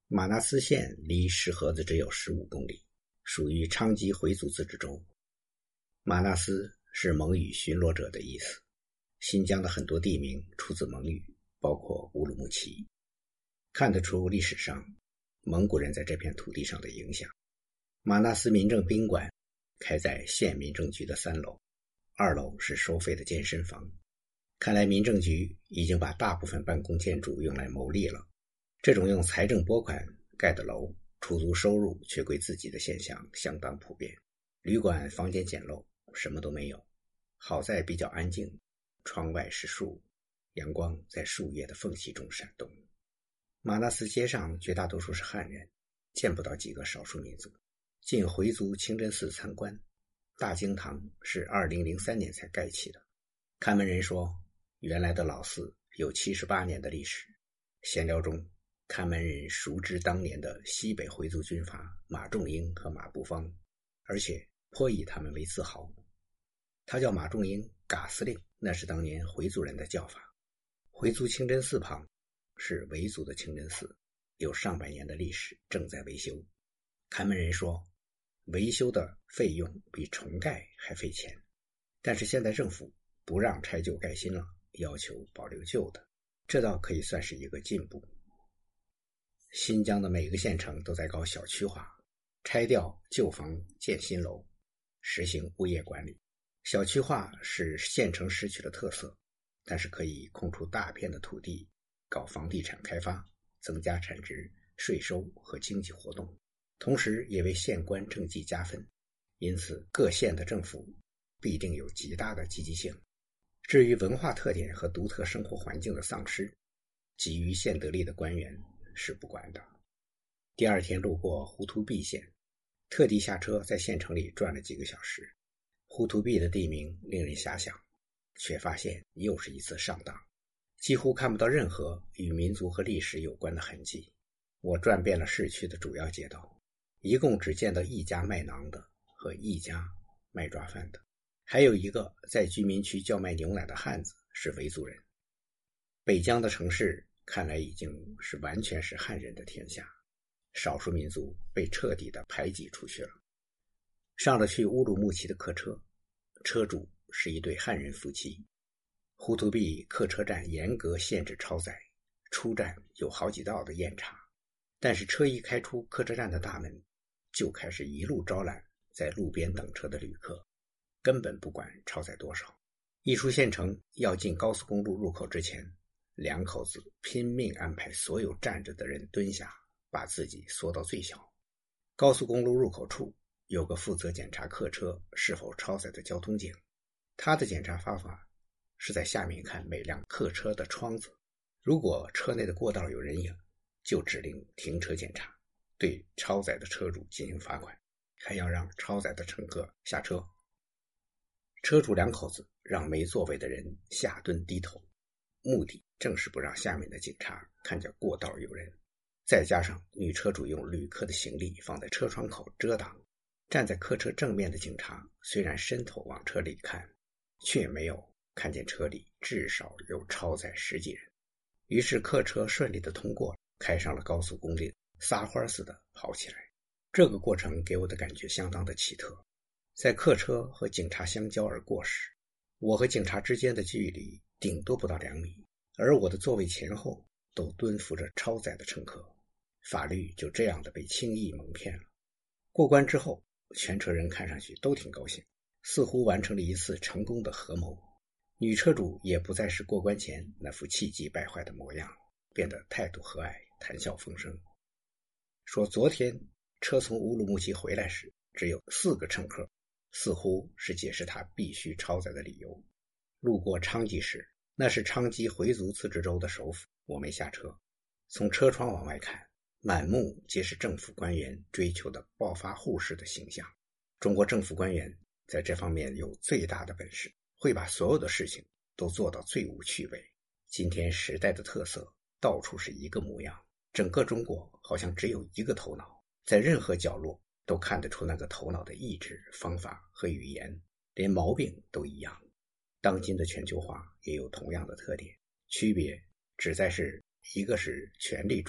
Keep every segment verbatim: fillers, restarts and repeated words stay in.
马纳斯县离石河子只有十五公里，属于昌吉回族自治州。马纳斯是蒙语巡逻者的意思。新疆的很多地名出自蒙语，包括乌鲁木齐。看得出历史上蒙古人在这片土地上的影响。马纳斯民政宾馆开在县民政局的三楼，二楼是收费的健身房。看来民政局已经把大部分办公建筑用来牟利了。这种用财政拨款盖的楼，出租收入却归自己的现象相当普遍。旅馆房间简陋，什么都没有，好在比较安静，窗外是树，阳光在树叶的缝隙中闪动。马纳斯街上绝大多数是汉人，见不到几个少数民族。进回族清真寺参观，大经堂是二零零三年才盖起的。看门人说，原来的老寺有七十八年的历史。闲聊中，看门人熟知当年的西北回族军阀马仲英和马步芳，而且颇以他们为自豪。他叫马仲英嘎司令，那是当年回族人的叫法。回族清真寺旁是维族的清真寺，有上百年的历史，正在维修。看门人说，维修的费用比重盖还费钱，但是现在政府不让拆旧盖新了，要求保留旧的，这倒可以算是一个进步。新疆的每个县城都在搞小区化，拆掉旧房建新楼，实行物业管理。小区化是县城失去了特色，但是可以空出大片的土地搞房地产开发，增加产值、税收和经济活动，同时也为县官政绩加分，因此各县的政府必定有极大的积极性。至于文化特点和独特生活环境的丧失，急于县得利的官员是不管的。第二天路过呼图壁县，特地下车在县城里转了几个小时。呼图壁的地名令人遐想，却发现又是一次上当，几乎看不到任何与民族和历史有关的痕迹。我转遍了市区的主要街道，一共只见到一家卖馕的和一家卖抓饭的，还有一个在居民区叫卖牛奶的汉子是维族人。北疆的城市看来已经是完全是汉人的天下，少数民族被彻底的排挤出去了。上了去乌鲁木齐的客车，车主是一对汉人夫妻。呼图壁客车站严格限制超载，出站有好几道的验查，但是车一开出客车站的大门，就开始一路招揽在路边等车的旅客，根本不管超载多少。一出县城要进高速公路入口之前，两口子拼命安排所有站着的人蹲下，把自己缩到最小。高速公路入口处有个负责检查客车是否超载的交通警，他的检查方法是在下面看每辆客车的窗子，如果车内的过道有人影，就指令停车检查，对超载的车主进行罚款，还要让超载的乘客下车。车主两口子让没座位的人下蹲低头，目的正是不让下面的警察看见过道有人。再加上女车主用旅客的行李放在车窗口遮挡，站在客车正面的警察虽然伸头往车里看，却没有看见车里至少有超载十几人。于是客车顺利的通过，开上了高速公路，撒欢似的跑起来。这个过程给我的感觉相当的奇特。在客车和警察相交而过时，我和警察之间的距离顶多不到两米，而我的座位前后都蹲伏着超载的乘客，法律就这样的被轻易蒙骗了。过关之后，全车人看上去都挺高兴，似乎完成了一次成功的合谋。女车主也不再是过关前那副气急败坏的模样，变得态度和蔼，谈笑风生。说昨天车从乌鲁木齐回来时只有四个乘客，似乎是解释他必须超载的理由。路过昌吉时，那是昌吉回族自治州的首府，我没下车。从车窗往外看，满目皆是政府官员追求的暴发户式的形象。中国政府官员在这方面有最大的本事，会把所有的事情都做到最无趣味。今天时代的特色到处是一个模样，整个中国好像只有一个头脑，在任何角落都看得出那个头脑的意志、方法和语言，连毛病都一样。当今的全球化也有同样的特点，区别只在是一个是权力主导，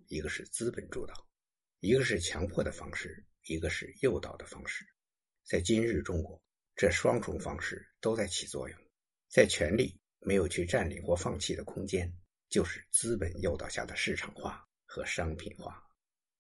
一个是资本主导，一个是强迫的方式，一个是诱导的方式。在今日中国，这双重方式都在起作用。在权力没有去占领或放弃的空间，就是资本诱导下的市场化和商品化。